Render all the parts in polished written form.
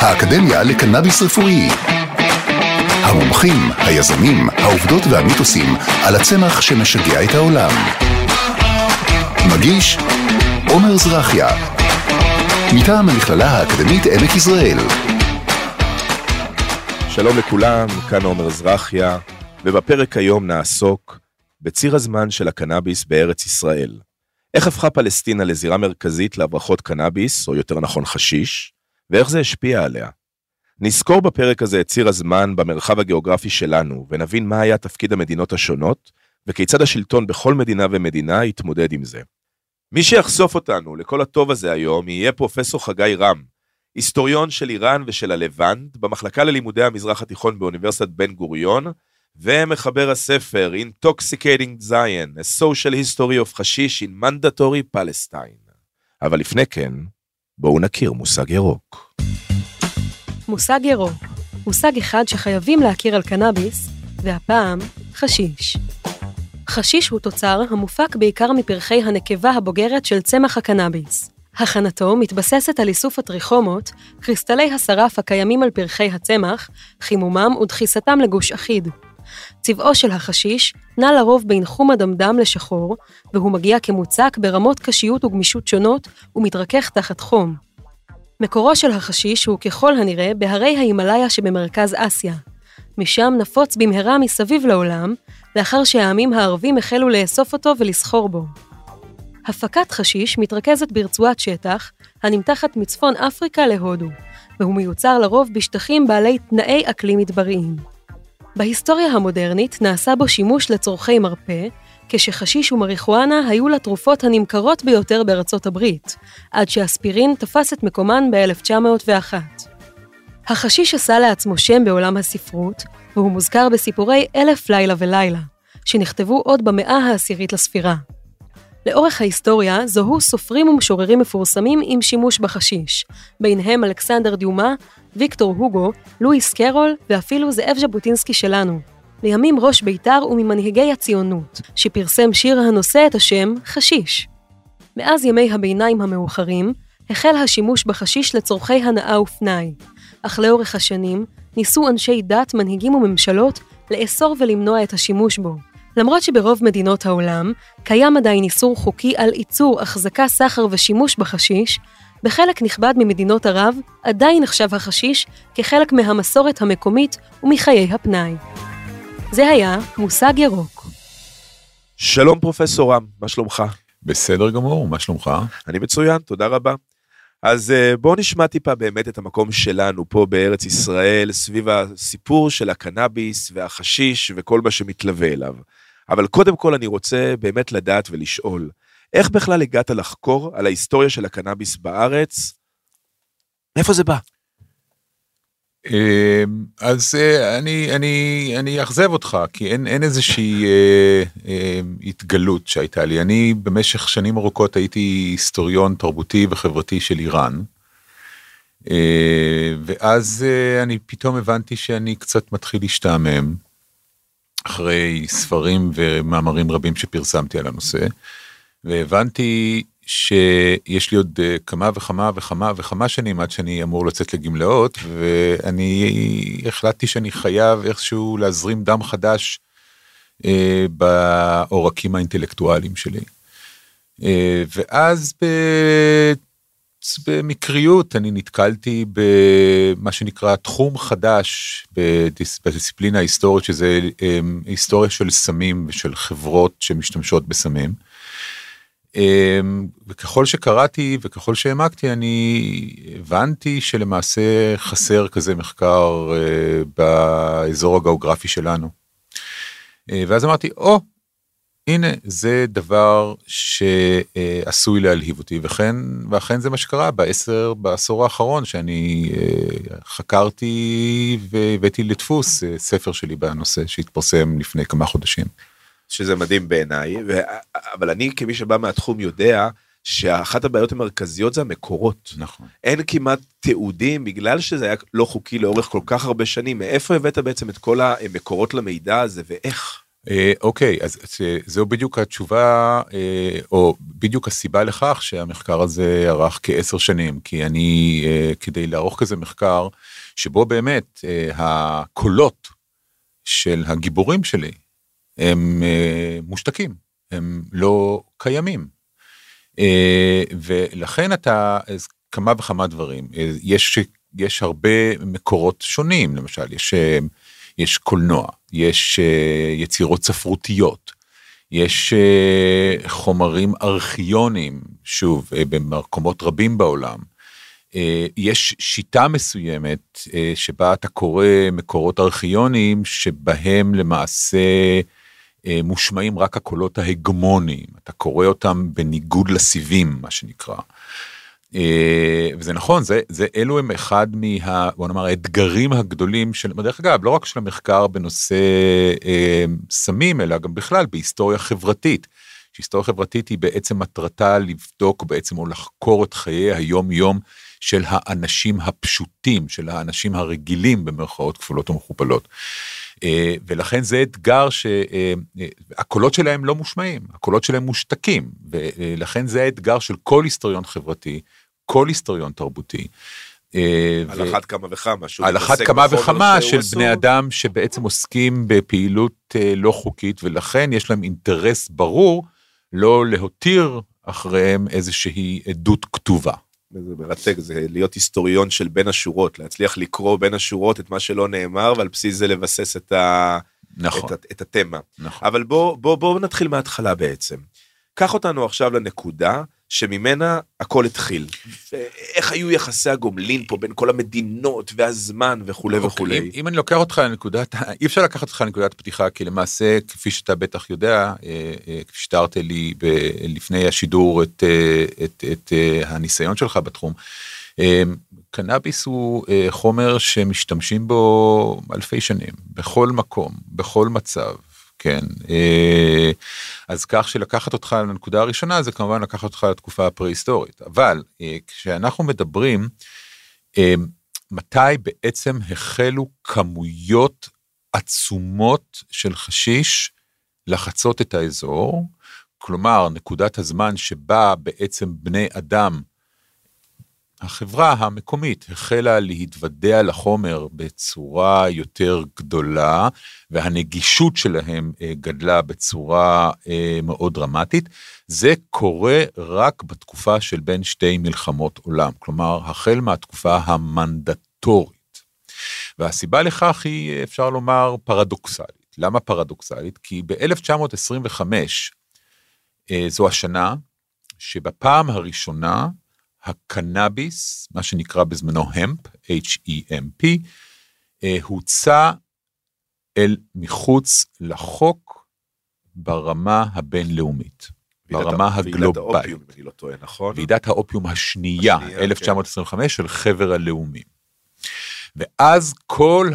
האקדמיה לקנאביס רפואי. המומחים, היזמים, העובדות והמיתוסים על הצמח שמשגע את העולם. מגיש עומר זרחיה, מטעם המכללה האקדמית עמק יזרעאל. שלום לכולם, כאן עומר זרחיה, ובפרק היום נעסוק בציר הזמן של הקנאביס בארץ ישראל. איך הפכה פלסטינה לזירה מרכזית להברחות קנאביס, או יותר נכון חשיש, ואיך זה השפיע עליה. נזכור בפרק הזה את ציר הזמן במרחב הגיאוגרפי שלנו, ונבין מה היה תפקיד המדינות השונות, וכיצד השלטון בכל מדינה ומדינה יתמודד עם זה. מי שיחשוף אותנו לכל הטוב הזה היום יהיה פרופסור חגי רם, היסטוריון של איראן ושל הלבנט, במחלקה ללימודי המזרח התיכון באוניברסיטת בן גוריון, ומחבר הספר Intoxicating Zion, A Social History of חשיש in Mandatory Palestine. אבל לפני כן, בואו נכיר מושג ירוק. מושג ירוק, מושג אחד שחייבים להכיר על קנאביס, והפעם חשיש. חשיש הוא תוצר המופק בעיקר מפרחי הנקבה הבוגרת של צמח הקנאביס. הכנתו מתבססת על איסוף הטריכומות, קריסטלי השרף הקיימים על פרחי הצמח, חימומם ודחיסתם לגוש אחיד. צבעו של החשיש נע לרוב בין חום אדמדם לשחור, והוא מגיע כמוצק ברמות קשיות וגמישות שונות ומתרכך תחת חום. מקורו של החשיש הוא ככל הנראה בהרי ההימלאיה שבמרכז אסיה. משם נפוץ במהרה מסביב לעולם, לאחר שהעמים הערבים החלו לאסוף אותו ולסחור בו. הפקת חשיש מתרכזת ברצועת שטח, הנמתחת מצפון אפריקה להודו, והוא מיוצר לרוב בשטחים בעלי תנאי אקלים מדבריים. בהיסטוריה המודרנית נעשה בו שימוש לצורכי מרפא, כשחשיש ומריחואנה היו לתרופות הנמכרות ביותר בארצות הברית, עד שהאספירין תפס את מקומן ב-1901. החשיש עשה לעצמו שם בעולם הספרות, והוא מוזכר בסיפורי 1000 לילה ולילה, שנכתבו עוד במאה העשירית לספירה. לאורך ההיסטוריה זוהו סופרים ומשוררים מפורסמים עם שימוש בחשיש, ביניהם אלכסנדר דיומה, ויקטור הוגו, לואיס קרול ואפילו זאב ז'בוטינסקי שלנו. לימים ראש בית"ר וממנהיגי הציונות, שפרסם שיר הנושא את השם חשיש. מאז ימי הביניים המאוחרים, החל השימוש בחשיש לצורכי הנאה ופנאי, אך לאורך השנים ניסו אנשי דת, מנהיגים וממשלות לאסור ולמנוע את השימוש בו. למרות שברוב מדינות העולם קיים עדיין איסור חוקי על ייצור, החזקה, סחר ושימוש בחשיש, בחלק נכבד ממדינות ערב עדיין נחשב החשיש כחלק מהמסורת המקומית ומחיי הפנאי. זה היה מושג ירוק. שלום פרופסור רם, מה שלומך? בסדר גמור, מה שלומך? אני מצוין, תודה רבה. אז בואו נשמע טיפה באמת את המקום שלנו פה בארץ ישראל, סביב הסיפור של הקנאביס והחשיש וכל מה שמתלווה אליו. אבל קודם כל אני רוצה באמת לדעת ולשאול, איך בכלל הגעת לחקור על ההיסטוריה של הקנאביס בארץ? איפה זה בא? אז אני אכזב אותך, כי אין איזושהי התגלות שהייתה לי. אני במשך שנים ארוכות הייתי היסטוריון תרבותי וחברתי של איראן, ואז אני פתאום הבנתי שאני קצת מתחיל להשתעמם, אחרי ספרים ומאמרים רבים שפרסמתי על הנושא, והבנתי שיש לי עוד כמה שנים עד שאני אמור לצאת לגמלאות, ואני החלטתי שאני חייב איכשהו להזרים דם חדש בעורקים האינטלקטואליים שלי. ואז במקריות אני נתקלתי במה שנקרא תחום חדש בדיסציפלינה ההיסטורית, שזה היסטוריה של סמים ושל חברות שמשתמשות בסמים. וככל שקראתי וככל שהעמקתי, אני הבנתי שלמעשה חסר כזה מחקר באזור הגיאוגרפי שלנו. ואז אמרתי, הנה, זה דבר שעשוי להלהיב אותי, ואכן זה מה שקרה בעשור האחרון, שאני חקרתי והבאתי לדפוס ספר שלי בנושא, שהתפרסם לפני כמה חודשים. שזה מדהים בעיניי, אבל אני כמי שבא מהתחום יודע, שאחת הבעיות המרכזיות זה המקורות. נכון. אין כמעט תיעודים, בגלל שזה היה לא חוקי לאורך כל כך הרבה שנים, מאיפה הבאת בעצם את כל המקורות למידע הזה, ואיך? אוקיי, אז זו בדיוק התשובה, או בדיוק הסיבה לכך שהמחקר הזה ארך כ10 שנים, כי אני, כדי לערוך כזה מחקר, שבו באמת הקולות של הגיבורים שלי, הם מושתקים, הם לא קיימים. ולכן אתה, כמה וכמה דברים, יש הרבה מקורות שונים, למשל, יש קולנוע, יש יצירות ספרותיות, יש חומרים ארכיוניים, שוב, במקומות רבים בעולם, יש שיטה מסוימת שבה אתה קורא מקורות ארכיוניים, שבהם למעשה מושמעים רק הקולות ההגמוניים, אתה קורא אותם בניגוד לסיבים, מה שנקרא. וזה נכון, אלו הם אחד בוא נאמר, האתגרים הגדולים של, בדרך אגב, לא רק של המחקר בנושא סמים, אלא גם בכלל בהיסטוריה חברתית, שהיסטוריה חברתית היא בעצם מטרתה לבדוק בעצם או לחקור את חיי היום-יום של האנשים הפשוטים, של האנשים הרגילים במרכאות כפולות ומכופלות. ולכן זה אתגר שהקולות שלהם לא מושמעים, הקולות שלהם מושתקים, ולכן זה האתגר של כל היסטוריון חברתי, כל היסטוריון תרבותי. על אחת כמה וכמה. על אחת כמה וכמה של בני אדם שבעצם עוסקים בפעילות לא חוקית, ולכן יש להם אינטרס ברור לא להותיר אחריהם איזושהי עדות כתובה. זה מרתק, זה להיות היסטוריון של בין השורות, להצליח לקרוא בין השורות את מה שלא נאמר, ועל בסיס זה לבסס את התמה. אבל בואו נתחיל מההתחלה בעצם. קח אותנו עכשיו לנקודה שממנה הכל התחיל. איך היו יחסי הגומלין פה בין כל המדינות והזמן וכו' וכו'. אם אני לוקח אותך לנקודת, אי אפשר לקחת אותך לנקודת פתיחה, כי למעשה, כפי שאתה בטח יודע, כפי שתיארת לי לפני השידור את הניסיון שלך בתחום, קנאביס הוא חומר שמשתמשים בו אלפי שנים, בכל מקום, בכל מצב. כן, אז כך שלקחת אותך לנקודה הראשונה, זה כמובן לקחת אותך לתקופה הפרה-היסטורית, אבל כשאנחנו מדברים, מתי בעצם החלו כמויות עצומות של חשיש לחצות את האזור, כלומר נקודת הזמן שבה בעצם בני אדם, החברה המקומית החלה להתוודע לחומר בצורה יותר גדולה, והנגישות שלהם גדלה בצורה מאוד דרמטית. זה קורה רק בתקופה של בין שתי מלחמות עולם, כלומר, החל מהתקופה המנדטורית. והסיבה לכך היא, אפשר לומר, פרדוקסלית. למה פרדוקסלית? כי ב-1925, זו השנה שבפעם הראשונה, הקנאביס, מה שנקרא בזמנו המפ, H-E-M-P, הוצא אל מחוץ לחוק ברמה הבינלאומית, ברמה הגלובלית. ועידת האופיום, אני לא טועה, נכון? ועידת האופיום השנייה, 1925, של חבר הלאומים. ואז כל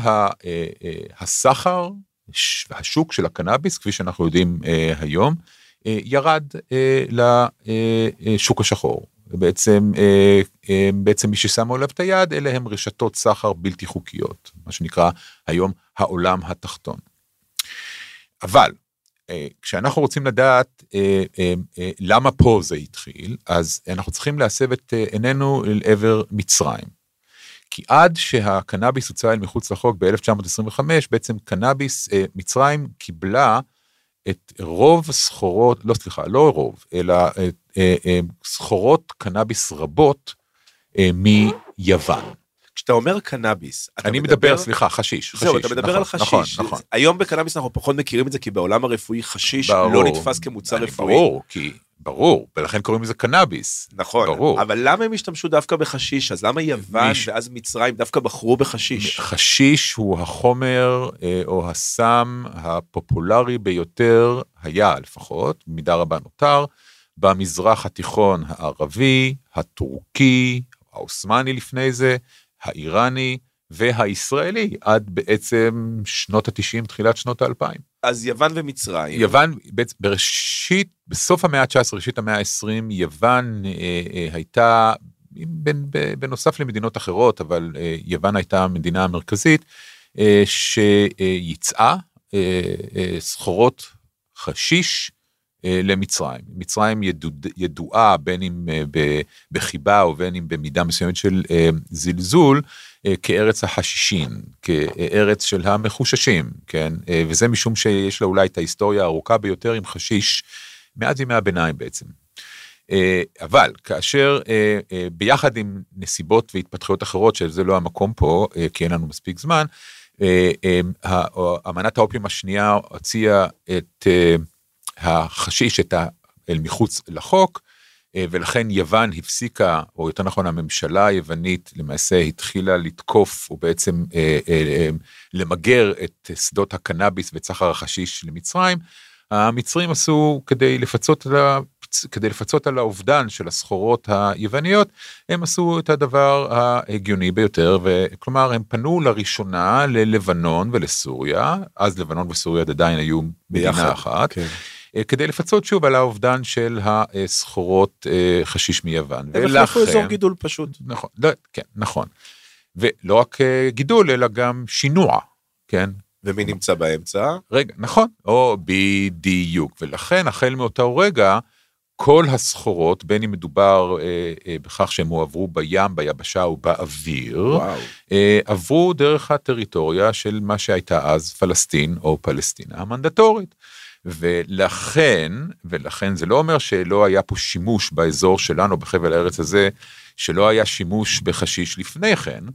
הסחר, השוק של הקנאביס, כפי שאנחנו יודעים היום, ירד לשוק השחור. ובעצם מי ששמו עליו את היד, אלה הם רשתות סחר בלתי חוקיות, מה שנקרא היום העולם התחתון. אבל, כשאנחנו רוצים לדעת למה פה זה התחיל, אז אנחנו צריכים להסב את עינינו אל עבר מצרים. כי עד שהקנאביס הוצא אל מחוץ לחוק ב-1925, בעצם קנאביס, מצרים קיבלה את רוב סחורות, לא רוב, אלא סחורות קנאביס רבות מיוון. כשאתה אומר קנאביס, אני מדבר, חשיש. זהו, אתה מדבר על חשיש. נכון. היום בקנאביס אנחנו פחות מכירים את זה, כי בעולם הרפואי חשיש לא נתפס כמוצר רפואי. ברור, ולכן קוראים לזה קנאביס. נכון, ברור. אבל למה הם השתמשו דווקא בחשיש? אז למה יוון ואז מצרים דווקא בחרו בחשיש? חשיש הוא החומר או הסם הפופולרי ביותר, היה לפחות, במידה רבה נותר, במזרח התיכון הערבי, הטורקי, העות'מאני לפני זה, האיראני והישראלי, עד בעצם שנות ה-90, תחילת שנות ה-2000. אז יוון ומצרים. יוון, בסוף המאה ה-19, ראשית המאה ה-20, יוון הייתה, בנוסף למדינות אחרות, אבל יוון הייתה המדינה המרכזית, שיצאה סחורות חשיש למצרים. מצרים ידועה בין אם בחיבה או בין אם במידה מסוימת של זלזול, כארץ החשישים, כארץ של המחוששים, כן? וזה משום שיש לה אולי את ההיסטוריה הארוכה ביותר עם חשיש, מאז ימי הביניים בעצם. אבל כאשר ביחד עם נסיבות והתפתחויות אחרות, שזה לא המקום פה, כי אין לנו מספיק זמן, אמנת האופיום השנייה הציעה את החשיש אל מחוץ לחוק, ולכן יוון הפסיקה, או יותר נכון הממשלה היוונית למעשה התחילה לתקוף, או בעצם למגר את שדות הקנאביס וסחר החשיש למצרים. המצרים עשו כדי לפצות על האובדן של הסחורות היווניות, הם עשו את הדבר ההגיוני ביותר, וכלומר הם פנו לראשונה ללבנון ולסוריה, אז לבנון וסוריה עדיין היו מדינה אחת, כן. כדי לפצות שוב על האובדן של הסחורות חשיש מיוון. הם החלפו אזור גידול פשוט. נכון, כן, נכון. ולא רק גידול, אלא גם שינוע, כן. ומי נמצא באמצע? רגע, נכון, או בדיוק, ולכן החל מאותו רגע, כל הסחורות, בין אם מדובר בכך שהם הועברו בים, ביבשה או באוויר, עברו דרך הטריטוריה של מה שהייתה אז פלסטין או פלסטינה המנדטורית. ולכן זה לא אומר שלא היה פה שימוש באזור שלנו, בחבל הארץ הזה, שלא היה שימוש בחשיש לפני כן,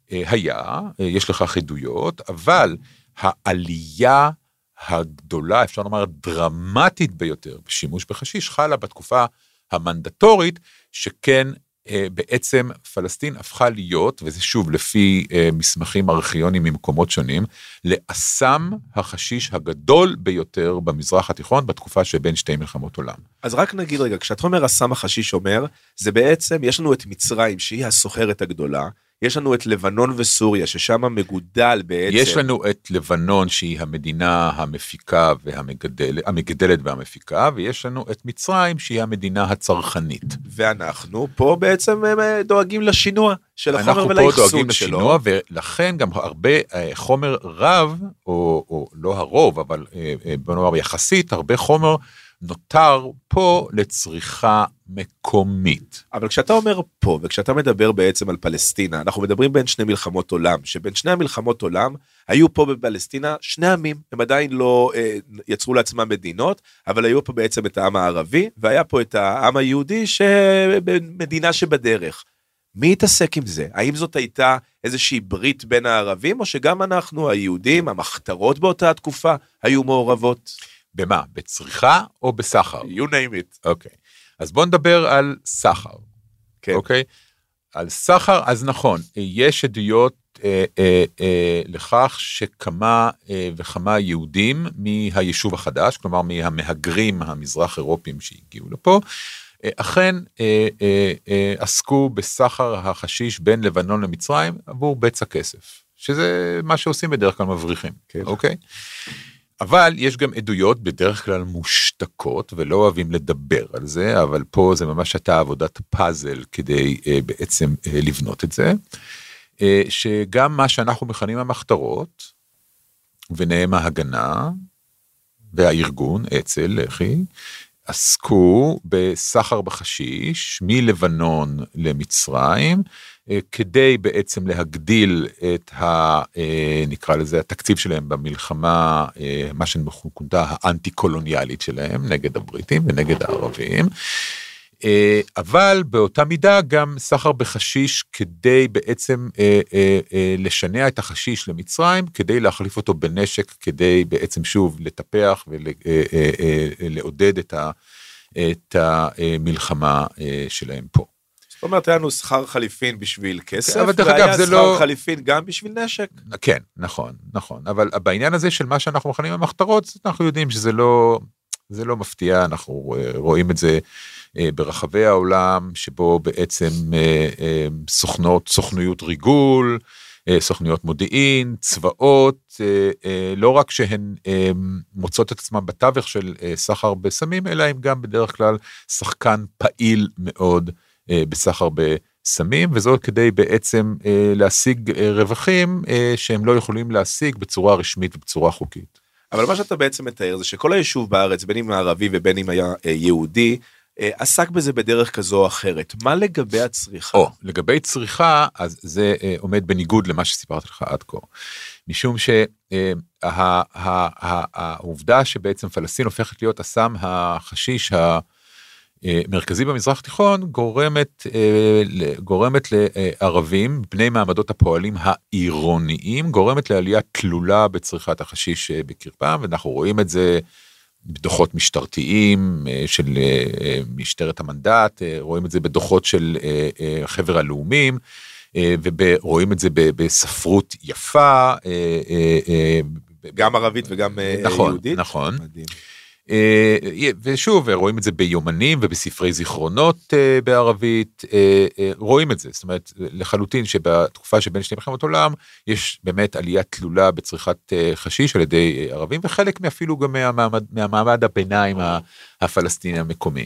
יש לכך עדויות, אבל העלייה הגדולה, אפשר לומר דרמטית ביותר, בשימוש בחשיש, חלה בתקופה המנדטורית, שכן בעצם פלסטין הפכה להיות, וזה שוב לפי מסמכים ארכיוניים ממקומות שונים, לאסם החשיש הגדול ביותר במזרח התיכון, בתקופה שבין שתי מלחמות עולם. אז רק נגיד רגע, כשאת אומר אסם החשיש אומר, זה בעצם, יש לנו את מצרים, שהיא הסוחרת הגדולה, יש לנו את לבנון וסוריה, ששם מגודל בעצם. יש לנו את לבנון, שהיא המדינה המפיקה המגדלת והמפיקה, ויש לנו את מצרים, שהיא המדינה הצרכנית. ואנחנו פה בעצם דואגים לשינוע של החומר ולאחסון שלו. אנחנו פה דואגים לשינוע, ולכן גם הרבה חומר רב, או לא הרוב, אבל בוא נאמר יחסית, הרבה חומר נותר פה לצריכה מקומית. אבל כשאתה אומר פה, וכשאתה מדבר בעצם על פלסטינה, אנחנו מדברים בין שני מלחמות עולם, שבין שני המלחמות עולם, היו פה בפלסטינה שני עמים, הם עדיין לא יצרו לעצמם מדינות, אבל היו פה בעצם את העם הערבי, והיה פה את העם היהודי, במדינה שבדרך. מי התעסק עם זה? האם זאת הייתה איזושהי ברית בין הערבים, או שגם אנחנו, היהודים, המחתרות באותה התקופה, היו מעורבות? במה? בצריכה או בסחר? You name it. אוקיי. אז בואו נדבר על סחר. כן. אוקיי? על סחר, אז נכון, יש עדויות לכך שכמה וכמה יהודים מהיישוב החדש, כלומר מהמהגרים המזרח אירופיים שהגיעו לפה, אכן עסקו בסחר החשיש בין לבנון למצרים עבור בצע כסף, שזה מה שעושים בדרך כלל מבריחים. כן. אוקיי? אבל יש גם עדויות בדרך כלל מושתקות, ולא אוהבים לדבר על זה, אבל פה זה ממש הייתה עבודת פאזל, כדי בעצם לבנות את זה, שגם מה שאנחנו מכנים המחתרות, וביניהם ההגנה, והארגון, אצ"ל, לח"י, עסקו בסחר בחשיש, מלבנון למצרים, כדי בעצם להגדיל את נקרא לזה, התקציב שלהם במלחמה, מה שנקודה האנטי-קולוניאלית שלהם, נגד הבריטים ונגד הערבים, אבל באותה מידה גם סחר בחשיש, כדי בעצם לשנע את החשיש למצרים, כדי להחליף אותו בנשק, כדי בעצם שוב לטפח ולעודד את המלחמה שלהם פה. זאת אומרת, היה לנו שכר חליפין בשביל כסף, והיה שכר חליפין גם בשביל נשק. כן, נכון, נכון. אבל בעניין הזה של מה שאנחנו מכנים המחתרות, אנחנו יודעים שזה לא מפתיע, אנחנו רואים את זה ברחבי העולם, שבו בעצם סוכנויות ריגול, סוכנויות מודיעין, צבאות, לא רק שהן מוצאות את עצמן בתווך של סחר בסמים, אלא הם גם בדרך כלל שחקן פעיל מאוד בסחר בסמים, וזאת כדי בעצם להשיג רווחים שהם לא יכולים להשיג בצורה רשמית ובצורה חוקית. אבל מה שאתה בעצם מתאר זה שכל היישוב בארץ, בין אם הערבי ובין אם היה יהודי, עסק בזה בדרך כזו או אחרת. מה לגבי הצריכה? לגבי צריכה, אז זה עומד בניגוד למה שסיפרתי לך עד כה. משום שהעובדה שבעצם פלסטין הופכת להיות הסם החשיש המרכזי במזרח התיכון, גורמת לערבים, בני מעמדות הפועלים העירוניים, גורמת לעלייה תלולה בצריכת החשיש בקרבם, ואנחנו רואים את זה בדוחות משטרתיים של משטרת המנדט, רואים את זה בדוחות של חבר הלאומים, ורואים את זה בספרות יפה. גם ערבית וגם יהודית. נכון. מדהים. ושוב, רואים את זה ביומנים ובספרי זיכרונות בערבית, רואים את זה, זאת אומרת, לחלוטין שבתקופה שבין שתי מלחמות עולם, יש באמת עלייה תלולה בצריכת חשיש על ידי ערבים, וחלק אפילו גם מהמעמד הביניים הפלסטיני המקומי.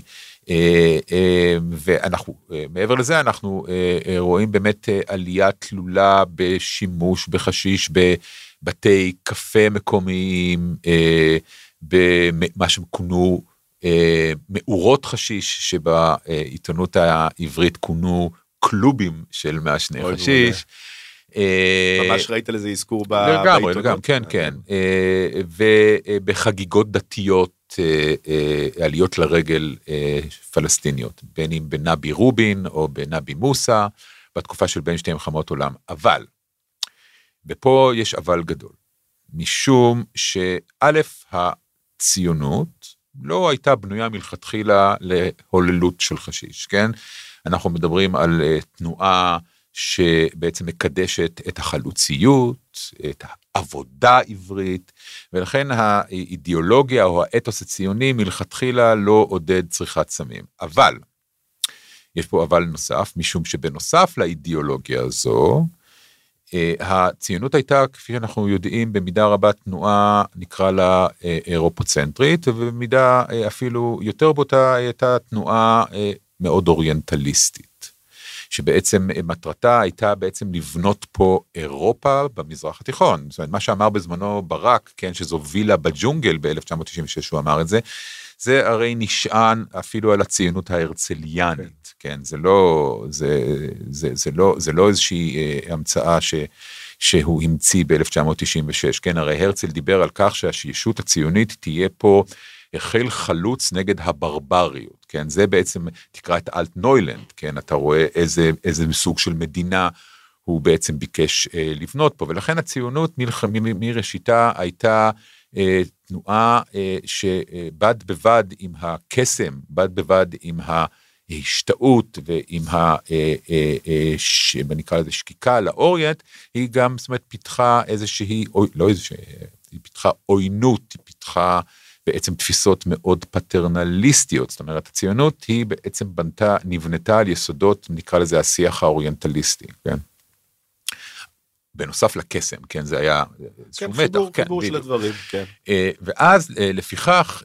ואנחנו, מעבר לזה, אנחנו רואים באמת עלייה תלולה בשימוש בחשיש בבתי קפה מקומיים, במה שכונו מאורות חשיש, שבעיתונות העברית כונו קלובים של מעשני חשיש. ממש ראית לזה אזכור בעיתונות? לגמרי, כן, כן. ובחגיגות דתיות, עליות לרגל פלסטיניות, בין אם בנבי רובין או בנבי מוסא, בתקופה של בין שתי מלחמות עולם. אבל, ופה יש אבל גדול, משום שא' הציונות לא הייתה בנויה מלכתחילה להוללות של חשיש, כן? אנחנו מדברים על תנועה שבעצם מקדשת את החלוציות, את העבודה העברית, ולכן האידיאולוגיה או האתוס הציוני מלכתחילה לא עודד צריכת סמים. אבל, יש פה אבל נוסף, משום שבנוסף לאידיאולוגיה הזו, הציונות הייתה, כפי שאנחנו יודעים, במידה רבה תנועה, נקרא לה אירופוצנטרית, ובמידה אפילו יותר בוטה, הייתה תנועה מאוד אוריינטליסטית, שבעצם מטרתה הייתה בעצם לבנות פה אירופה במזרח התיכון. זאת אומרת, מה שאמר בזמנו ברק, כן, שזו וילה בג'ונגל ב-1996, הוא אמר את זה, זה הרי נשען אפילו על הציונות ההרצליאנית, כן, זה לא איזושהי המצאה שהוא המציא ב-1996, כן, הרי הרצל דיבר על כך שהישות הציונית תהיה פה החל חלוץ נגד הברבריות, כן, זה בעצם, תקרא את אלט נוילנד, כן, אתה רואה איזה סוג של מדינה הוא בעצם ביקש לבנות פה, ולכן הציונות מראשיתה הייתה תנועה שבד בבד עם הקסם, בד בבד עם ההשתאות ועם נקרא לזה שקיקה לאוריינט, היא גם, זאת אומרת, פיתחה איזושהי, לא איזושהי, היא פיתחה עוינות, היא פיתחה בעצם תפיסות מאוד פטרנליסטיות, זאת אומרת, הציונות היא בעצם נבנתה על יסודות, נקרא לזה השיח האוריינטליסטי, כן? בנוסף לקסם, כן, זה היה חיבור של הדברים, כן. ואז לפיכך,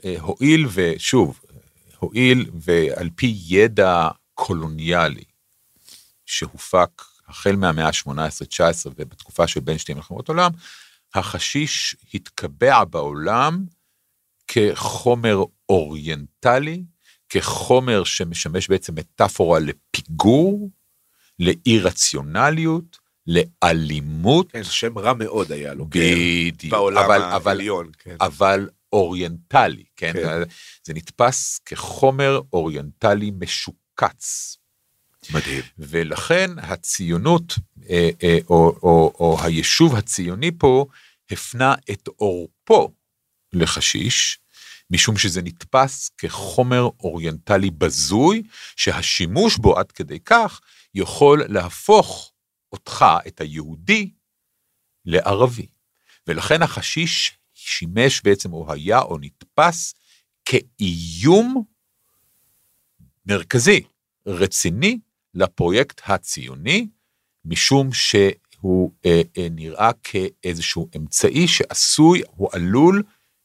הועיל ועל פי ידע קולוניאלי, שהופק החל מהמאה ה-18-19 ובתקופה של בין שתי מלחמות עולם, החשיש התקבע בעולם כחומר אוריינטלי, כחומר שמשמש בעצם מטאפורה לפיגור, לאי-רציונליות, לאלימות. כן, שם רע מאוד היה לו. בדיוק. בעולם העליון. כן. אבל אוריינטלי, כן? כן. זה נתפס כחומר אוריינטלי משוקץ. מדהים. ולכן הציונות, או היישוב הציוני פה, הפנה את אורפו לחשיש, משום שזה נתפס כחומר אוריינטלי בזוי, שהשימוש בו עד כדי כך, יכול להפוך אותך, את היהודי, לערבי. ולכן החשיש שימש בעצם, או היה, או נתפס, כאיום מרכזי, רציני, לפרויקט הציוני, משום שהוא נראה כאיזשהו אמצעי שעשוי, הוא עלול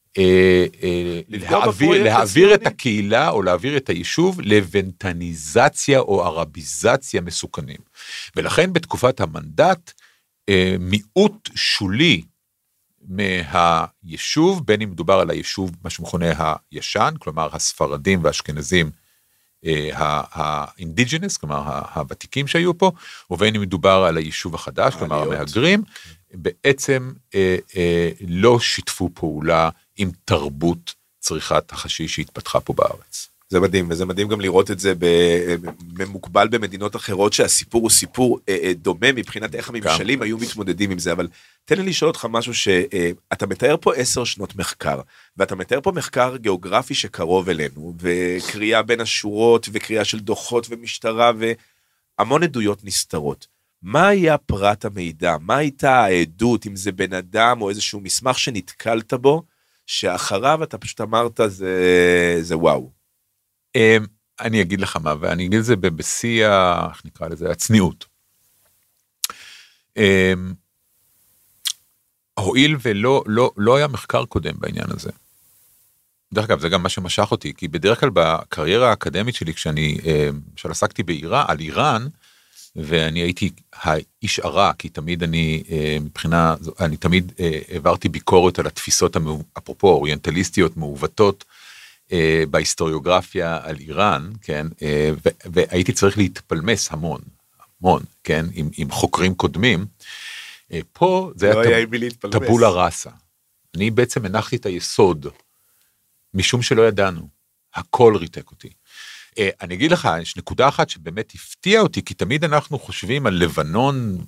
להעביר את הקהילה, או להעביר את היישוב, לבנטניזציה או ערביזציה מסוכנים. ולכן בתקופת המנדט, מיעוט שולי מהיישוב, בין אם מדובר על היישוב, מה שמכונה הישן, כלומר הספרדים והאשכנזים, האינדיג'נס, כלומר הוותיקים שהיו פה, ובין אם מדובר על היישוב החדש, כלומר המהגרים, בעצם לא שיתפו פעולה עם תרבות צריכת החשיש שהתפתחה פה בארץ. זה מדהים, וזה מדהים גם לראות את זה במוקבל במדינות אחרות, שהסיפור הוא סיפור דומה מבחינת איך הממשלים היו מתמודדים עם זה, אבל תן לי לשאול אותך משהו שאתה מתאר פה 10 שנות מחקר, ואתה מתאר פה מחקר גיאוגרפי שקרוב אלינו, וקריאה בין השורות, וקריאה של דוחות ומשטרה, והמון עדויות נסתרות. מה היה פרט המידע? מה הייתה העדות, אם זה בן אדם או איזשהו מסמך שנתקלת בו, שאחריו אתה פשוט אמרת זה וואו. אני אגיד לך מה, ואני אגיד את זה בשיא, איך נקרא לזה, הצניעות. הועיל ולא היה מחקר קודם בעניין הזה. דרך אגב, זה גם מה שמשך אותי, כי בדרך כלל בקריירה האקדמית שלי, כשאני עסקתי על איראן, ואני הייתי האיש ערה, כי תמיד אני תמיד העברתי ביקורת על התפיסות, אפרופו אוריינטליסטיות מעוותות, בהיסטוריוגרפיה על איראן, כן, והייתי צריך להתפלמס המון, כן, עם חוקרים קודמים. פה זה היה טבולה ראסה. אני בעצם הנחתי את היסוד, משום שלא ידענו. הכל ריתק אותי. אני אגיד לך, יש נקודה אחת שבאמת הפתיע אותי, כי תמיד אנחנו חושבים על לבנון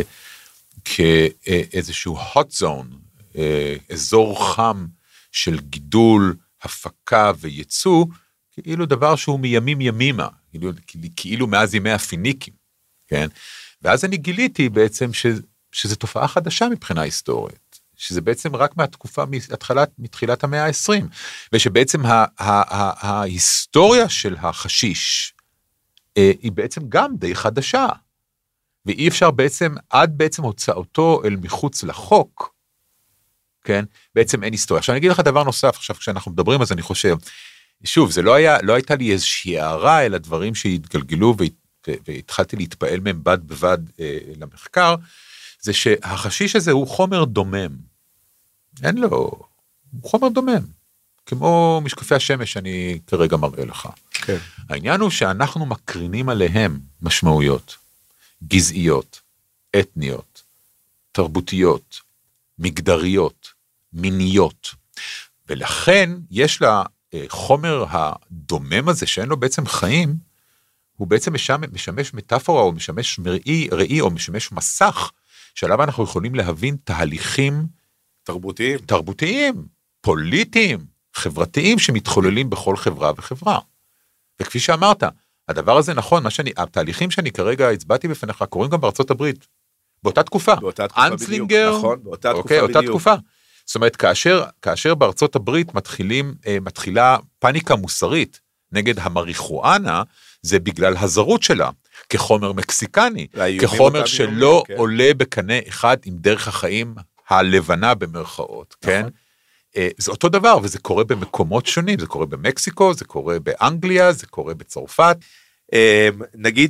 כאיזשהו hot zone, אזור חם של גידול, הפקה וייצוא, כאילו דבר שהוא מימים ימימה, כאילו מאז ימי הפיניקים, כן? ואז אני גיליתי בעצם שזה תופעה חדשה מבחינה היסטורית, שזה בעצם רק מהתקופה, מתחילת המאה ה-20, ושבעצם ההיסטוריה של החשיש, היא בעצם גם די חדשה, ואי אפשר בעצם, עד בעצם הוצאותו אל מחוץ לחוק, כן? בעצם אין היסטוריה. עכשיו אני אגיד לך דבר נוסף, עכשיו כשאנחנו מדברים, אז אני חושב, שוב, זה לא הייתה לי איזושהי הערה, אלא דברים שהתגלגלו, והתחלתי להתפעל מהם בד בבד למחקר, זה שהחשיש הזה הוא חומר דומם. אין לו, הוא חומר דומם. כמו משקפי השמש שאני כרגע מראה לך. כן. העניין הוא שאנחנו מקרינים עליהם משמעויות, גזעיות, אתניות, תרבותיות, מגדריות, מיניות, ולכן יש לה חומר הדומם הזה שאין לו בעצם חיים, הוא בעצם משמש מטאפורה או משמש ראי או משמש מסך, שעליו אנחנו יכולים להבין תהליכים תרבותיים, פוליטיים, חברתיים שמתחוללים בכל חברה וחברה. וכפי שאמרת, הדבר הזה נכון, התהליכים שאני כרגע הצבעתי בפניך קורים גם בארצות הברית, באותה תקופה, אנסלינגר, נכון, באותה תקופה. זאת אומרת, כאשר בארצות הברית מתחילה פאניקה מוסרית נגד המריחואנה, זה בגלל הזרות שלה, כחומר מקסיקני, כחומר שלא עולה בקנה אחד עם דרך החיים הלבנה במרכאות, כן? זה אותו דבר, וזה קורה במקומות שונים, זה קורה במקסיקו, זה קורה באנגליה, זה קורה בצרפת. נגיד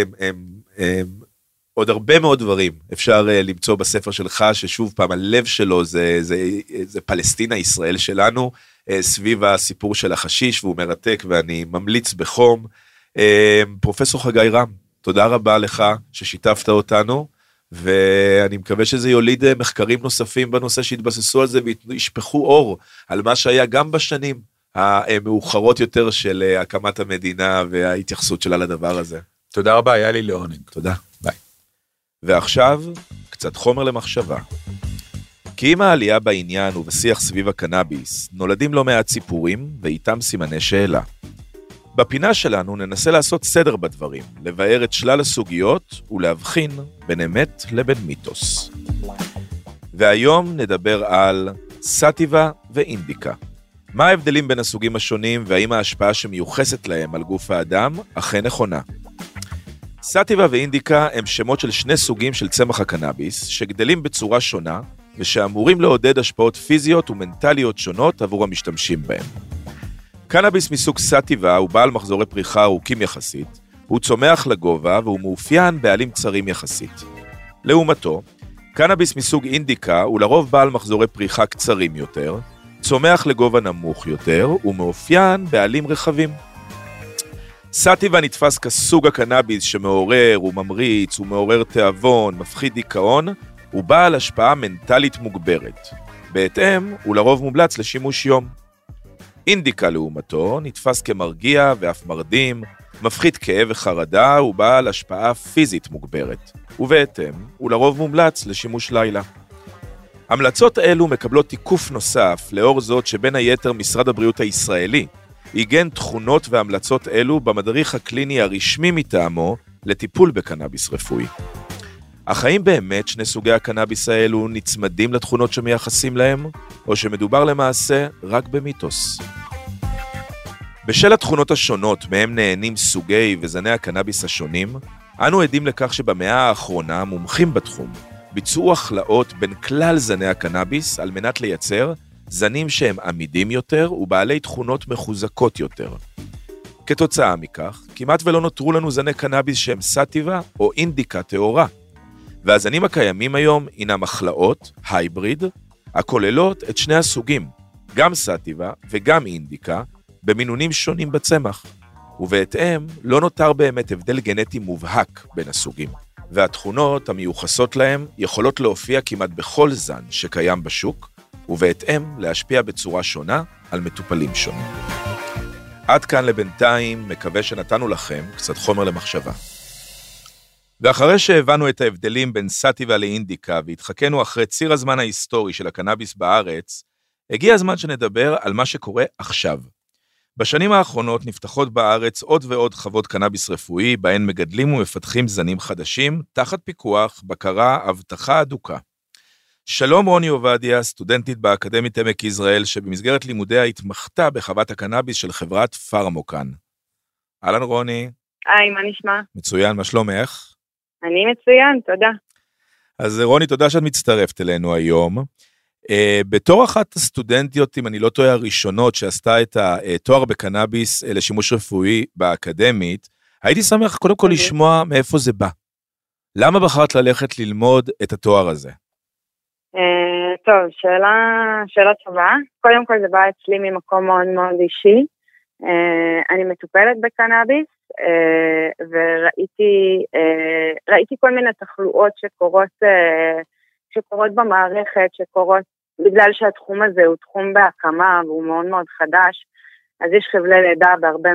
עוד הרבה מאוד דברים אפשר למצוא בספר שלך, ששוב פעם הלב שלו זה פלסטינה, ישראל שלנו, סביב הסיפור של החשיש, והוא מרתק ואני ממליץ בחום. פרופסור חגי רם, תודה רבה לך ששיתפת אותנו, ואני מקווה שזה יוליד מחקרים נוספים בנושא שהתבססו על זה, וישפכו אור על מה שהיה גם בשנים המאוחרות יותר של הקמת המדינה וההתייחסות שלה לדבר הזה. תודה רבה, היה לי לעונג. תודה. ביי. ועכשיו, קצת חומר למחשבה. כי עם העלייה בעניין ובשיח סביב הקנאביס, נולדים לא מעט סיפורים ואיתם סימני שאלה. בפינה שלנו ננסה לעשות סדר בדברים, לבאר את שלל הסוגיות ולהבחין בין אמת לבין מיתוס. והיום נדבר על סטיבה ואינדיקה. מה ההבדלים בין הסוגים השונים והאם ההשפעה שמיוחסת להם על גוף האדם אכן נכונה? סטיבה ואינדיקה הם שמות של שני סוגים של צמח הקנאביס שגדלים בצורה שונה ושאמורים לעודד השפעות פיזיות ומנטליות שונות עבור המשתמשים בהם. קנאביס מסוג סטיבה הוא בעל מחזורי פריחה ארוכים יחסית, הוא צומח לגובה והוא מאופיין בעלים צרים יחסית. לעומתו, קנאביס מסוג אינדיקה הוא לרוב בעל מחזורי פריחה קצרים יותר, צומח לגובה נמוך יותר ומאופיין בעלים רחבים. סטיבה נתפס כסוג הקנאביס שמעורר וממריץ ומעורר תיאבון, מפחית דיכאון, הוא בעל השפעה מנטלית מוגברת. בהתאם, הוא לרוב מומלץ לשימוש יום. אינדיקה לעומתו נתפס כמרגיע ואף מרדים, מפחית כאב וחרדה ובעל השפעה פיזית מוגברת, ובהתאם, הוא לרוב מומלץ לשימוש לילה. המלצות אלו מקבלות תיקוף נוסף לאור זאת שבין היתר משרד הבריאות הישראלי עיגן תכונות והמלצות אלו במדריך הקליני הרשמי מטעמו לטיפול בקנאביס רפואי. אך האם באמת שני סוגי הקנאביס האלו נצמדים לתכונות שמייחסים להם, או שמדובר למעשה רק במיתוס? בשל התכונות השונות מהם נהנים סוגי וזני הקנאביס השונים, אנו עדים לכך שבמאה האחרונה מומחים בתחום ביצעו הכלאות בין כלל זני הקנאביס על מנת לייצר זנים שהם עמידים יותר ובעלי תכונות מחוזקות יותר. כתוצאה מכך, כמעט ולא נותרו לנו זני קנאביס שהם סטיבה או אינדיקה טהורה, והזנים הקיימים היום הינם הכלאות, הייבריד, הכוללות את שני הסוגים, גם סטיבה וגם אינדיקה, במינונים שונים בצמח, ובהתאם לא נותר באמת הבדל גנטי מובהק בין הסוגים, והתכונות המיוחסות להם יכולות להופיע כמעט בכל זן שקיים בשוק, ובהתאם להשפיע בצורה שונה על מטופלים שונים. עד כאן לבינתיים, מקווה שנתנו לכם קצת חומר למחשבה. ואחרי שהבנו את ההבדלים בין סטיבה לאינדיקה והתחכנו אחרי ציר הזמן ההיסטורי של הקנאביס בארץ, הגיע הזמן שנדבר על מה שקורה עכשיו. בשנים האחרונות נפתחות בארץ עוד ועוד חוות קנאביס רפואי, בהן מגדלים ומפתחים זנים חדשים, תחת פיקוח, בקרה, הבטחה אדוקה. שלום רוני עובדיה, סטודנטית באקדמית עמק יזרעאל, שבמסגרת לימודיה התמחתה בחוות הקנאביס של חברת פארמוקן. אהלן רוני. היי, מה נשמע? מצוין, מה שלומך? אני מצוין, תודה. אז רוני, תודה שאת מצטרפת אלינו היום. בתור אחת הסטודנטיות, אם אני לא טועה, הראשונות שעשתה את התואר בקנאביס לשימוש רפואי באקדמית, הייתי שמח קודם כל לשמוע מאיפה זה בא. למה בחרת ללכת ללמוד את התואר הזה? טוב, שאלה טובה. קודם כל זה בא אצלי ממקום מאוד מאוד אישי. אני מטופלת בקנאביס, וראיתי כל מיני תחלואות שקורות במערכת, שקורות בגלל שהתחום הזה הוא תחום בהקמה והוא מאוד מאוד חדש, אז יש חבלי לידה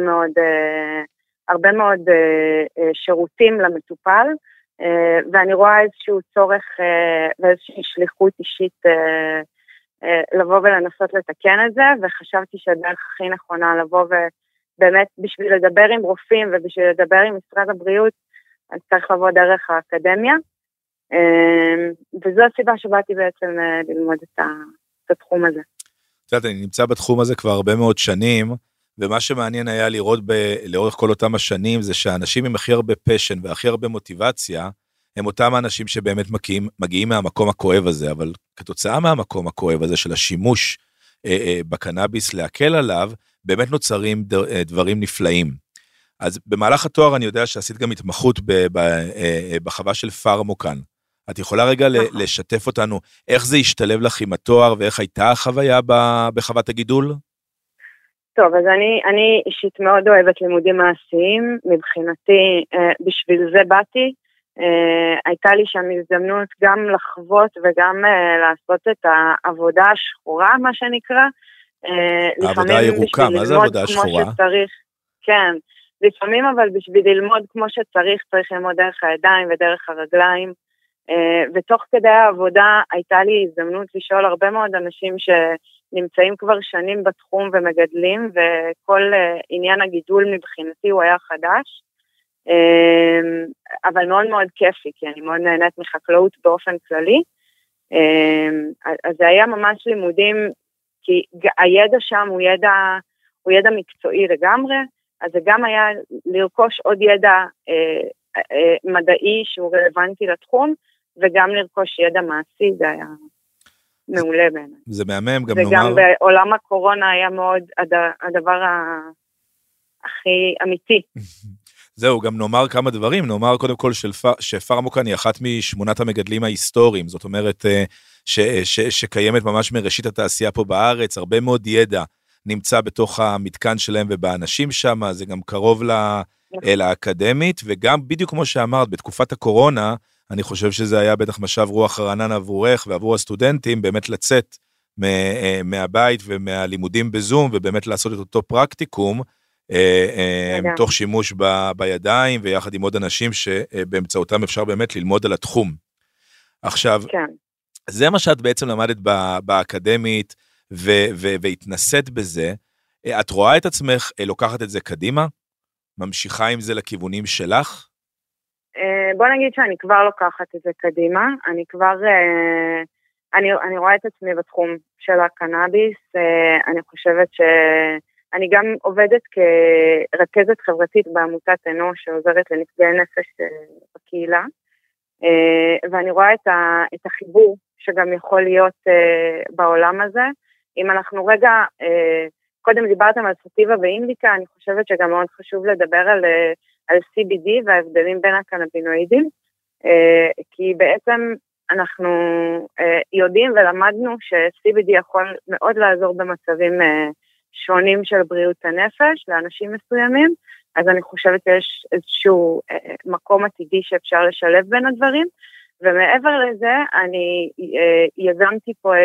בהרבה מאוד שירותים למטופל, ואני רואה איזשהו צורך ואיזושהי שליחות אישית לבוא ולנסות לתקן את זה, וחשבתי שהדרך הכי נכונה לבוא ובאמת בשביל לדבר עם רופאים ובשביל לדבר עם משרד הבריאות, אני צריך לבוא דרך האקדמיה, וזו הסיבה שבאתי בעצם ללמוד את התחום הזה. אני נמצא בתחום הזה כבר הרבה מאוד שנים, ומה שמעניין היה לראות לאורך כל אותם השנים, זה שהאנשים עם הכי הרבה פשן והכי הרבה מוטיבציה, הם אותם האנשים שבאמת מגיעים מהמקום הכואב הזה, אבל כתוצאה מהמקום הכואב הזה של השימוש בקנאביס להקל עליו, באמת נוצרים דברים נפלאים. אז במהלך התואר אני יודע שעשית גם התמחות בחווה של פארמוקן. את יכולה רגע לשתף אותנו איך זה השתלב לך עם התואר, ואיך הייתה החוויה בחוות הגידול? טוב, אז אני אישית מאוד אוהבת לימודים מעשיים, מבחינתי בשביל זה באתי, הייתה לי שם הזדמנות גם לחוות וגם לעשות את העבודה השחורה, מה שנקרא. העבודה הירוקה, מה זה עבודה השחורה? כן, לפעמים אבל בשביל ללמוד כמו שצריך, צריך ללמוד דרך הידיים ודרך הרגליים, ותוך כדי העבודה הייתה לי הזדמנות לשאול הרבה מאוד אנשים שנמצאים כבר שנים בתחום ומגדלים, וכל עניין הגידול מבחינתי הוא היה חדש, אבל מאוד מאוד כיפי, כי אני מאוד נהנית מחקלאות באופן כללי, אז זה היה ממש לימודים, כי הידע שם הוא ידע מקצועי לגמרי, אז זה גם היה לרכוש עוד ידע מדעי שהוא רלוונטי לתחום, וגם לרכוש ידע מעשי, זה היה מעולה בעיניי. זה מהמם, גם נאמר. וגם בעולם הקורונה היה מאוד הדבר הכי אמיתי. זהו, גם נאמר כמה דברים, נאמר קודם כל שפרמוקן היא אחת משמונת המגדלים ההיסטוריים, זאת אומרת שקיימת ממש מראשית התעשייה פה בארץ, הרבה מאוד ידע נמצא בתוך המתקן שלהם ובאנשים שם, זה גם קרוב לאקדמית, וגם בדיוק כמו שאמרת, בתקופת הקורונה, אני חושב שזה היה בטח משב רוח רענן עבורך ועבור הסטודנטים, באמת לצאת מהבית ומהלימודים בזום, ובאמת לעשות את אותו פרקטיקום, תוך שימוש בידיים, ויחד עם עוד אנשים שבאמצעותם אפשר באמת ללמוד על התחום. עכשיו, זה מה שאת בעצם למדת באקדמית, והתנסית בזה, את רואה את עצמך לוקחת את זה קדימה? ממשיכה עם זה לכיוונים שלך? בוא נגיד שאני כבר לוקחת את זה קדימה, אני רואה את עצמי בתחום של הקנאביס, אני חושבת שאני גם עובדת כרכזת חברתית בעמותת אנוש, שעוזרת לנפגעי נפש בקהילה, ואני רואה את החיבור שגם יכול להיות בעולם הזה. אם אנחנו רגע, קודם דיברתם על סטיבה ואינדיקה, אני חושבת שגם מאוד חשוב לדבר על CBD וההבדלים בין הקנבינואידים, כי בעצם אנחנו יודעים ולמדנו ש-CBD יכול מאוד לעזור במצבים שונים של בריאות הנפש לאנשים מסוימים, אז אני חושבת שיש איזשהו מקום עתידי שאפשר לשלב בין הדברים, ומעבר לזה אני יזמתי פה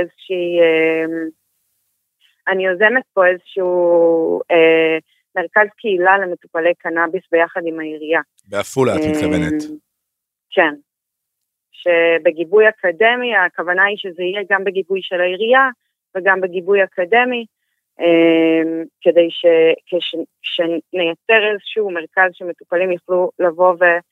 אני יוזמת פה איזשהו מרכז קהילה למטופלי קנאביס ביחד עם העירייה. בעפולה את מתכוונת. כן. שבגיבוי אקדמי, הכוונה היא שזה יהיה גם בגיבוי של העירייה, וגם בגיבוי אקדמי, כדי שנייצר איזשהו מרכז שמטופלים יוכלו לבוא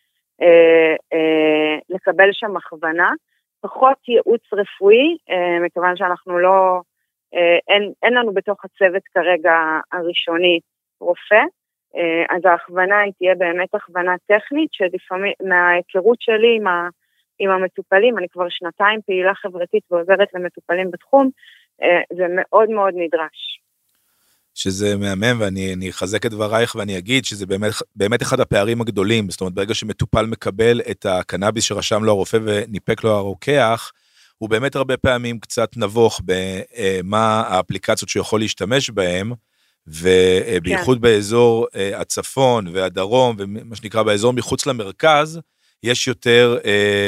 ולקבל שם הכוונה, פחות ייעוץ רפואי, מכיוון שאנחנו לא, אין לנו בתוך הצוות כרגע הראשוני רופא, אז ההכוונה היא תהיה באמת הכוונה טכנית, שלפעמים מההיכרות שלי עם המטופלים, אני כבר שנתיים פעילה חברתית ועוזרת למטופלים בתחום, זה מאוד מאוד נדרש. שזה מהמם, ואני אחזק את דברייך ואני אגיד שזה באמת אחד הפערים הגדולים, זאת אומרת ברגע שמטופל מקבל את הקנאביס שרשם לו הרופא וניפק לו הרוקח, הוא באמת הרבה פעמים קצת נבוך במה האפליקציות שהוא יכול להשתמש בהם, ובייחוד באזור הצפון והדרום, ומה שנקרא באזור מחוץ למרכז, יש יותר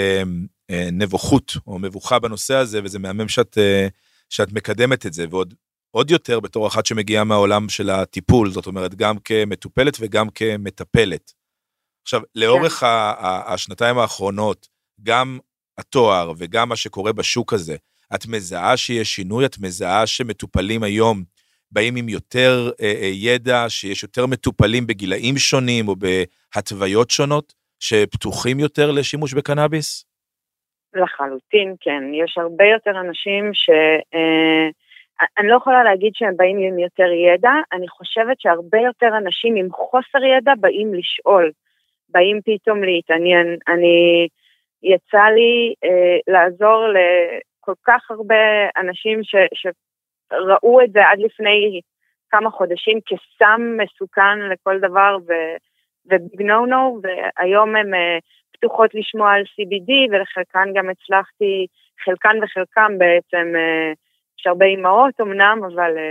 נבוכות או מבוכה בנושא הזה, וזה מהמם שאת מקדמת את זה, ועוד יותר בתור אחת שמגיעה מהעולם של הטיפול, זאת אומרת גם כמטופלת וגם כמטפלת. עכשיו, לאורך השנתיים האחרונות, גם התואר וגם מה שקורה בשוק הזה, את מזהה שיש שינוי, את מזהה שמטופלים היום באים עם יותר ידע, שיש יותר מטופלים בגילאים שונים או בהתוויות שונות, שפתוחים יותר לשימוש בקנאביס? לחלוטין, כן. יש הרבה יותר אנשים אני לא יכולה להגיד שהם באים עם יותר ידע, אני חושבת שהרבה יותר אנשים עם חוסר ידע באים לשאול, באים פתאום להתעניין. יצא לי לעזור לכל כך הרבה אנשים שראו את זה עד לפני כמה חודשים כסם מסוכן לכל דבר וביג נו, והיום הם פתוחות לשמוע על CBD, ולחלקן גם הצלחתי, חלקן וחלקם בעצם, יש הרבה אימהות אמנם,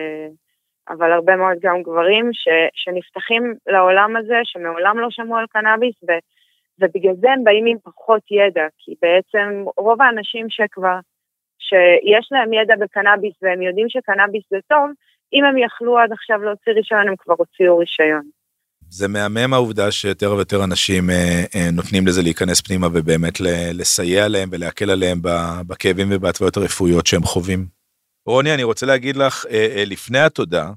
אבל הרבה מאוד גם גברים שנפתחים לעולם הזה, שמעולם לא שמעו על קנאביס, ובגלל זה הם באים עם פחות ידע, כי בעצם רוב האנשים שיש להם ידע בקנאביס, והם יודעים שקנאביס זה טוב, אם הם יכלו עד עכשיו להוציא רישיון, הם כבר הוציאו רישיון. זה מהמם העובדה שיותר ויותר אנשים נותנים לזה להיכנס פנימה, ובאמת לסייע להם ולהקל עליהם בכאבים ובהתוויות הרפואיות שהם חווים. רוני, אני רוצה להגיד לך לפני התודה,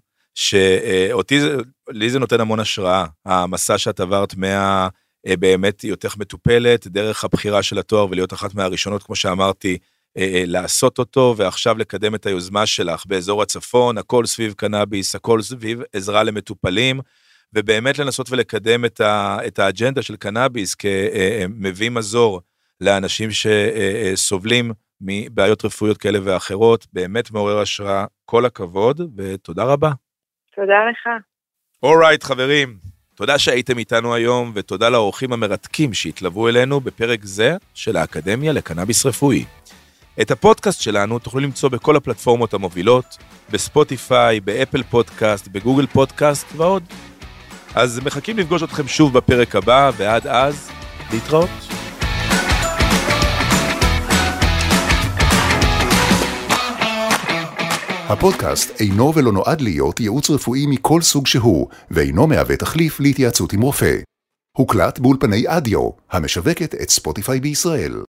לי זה נותן המון השראה, המסע שאת עברת באמת היותך מטופלת, דרך הבחירה של התואר ולהיות אחת מהראשונות, כמו שאמרתי, לעשות אותו, ועכשיו לקדם את היוזמה שלך באזור הצפון, הכל סביב קנאביס, הכל סביב עזרה למטופלים, ובאמת לנסות ולקדם את האג'נדה של קנאביס, כמביא מזור לאנשים שסובלים מבעיות רפואיות כאלה ואחרות, באמת מעורר השראה, כל הכבוד, ותודה רבה. תודה לך. אורייט, חברים. תודה שהייתם איתנו היום, ותודה לאורחים המרתקים שהתלוו אלינו בפרק זה של האקדמיה לקנאביס רפואי. את הפודקאסט שלנו תוכלו למצוא בכל הפלטפורמות המובילות, בספוטיפיי, באפל פודקאסט, בגוגל פודקאסט ועוד. אז מחכים לפגוש אתכם שוב בפרק הבא, ועד אז, להתראות. הפודקאסט אינו ולא נועד להיות ייעוץ רפואי מכל סוג שהוא, ואינו מהווה תחליף להתייעצות עם רופא. הוקלט באולפני אדיו, המשווקת את ספוטיפיי בישראל.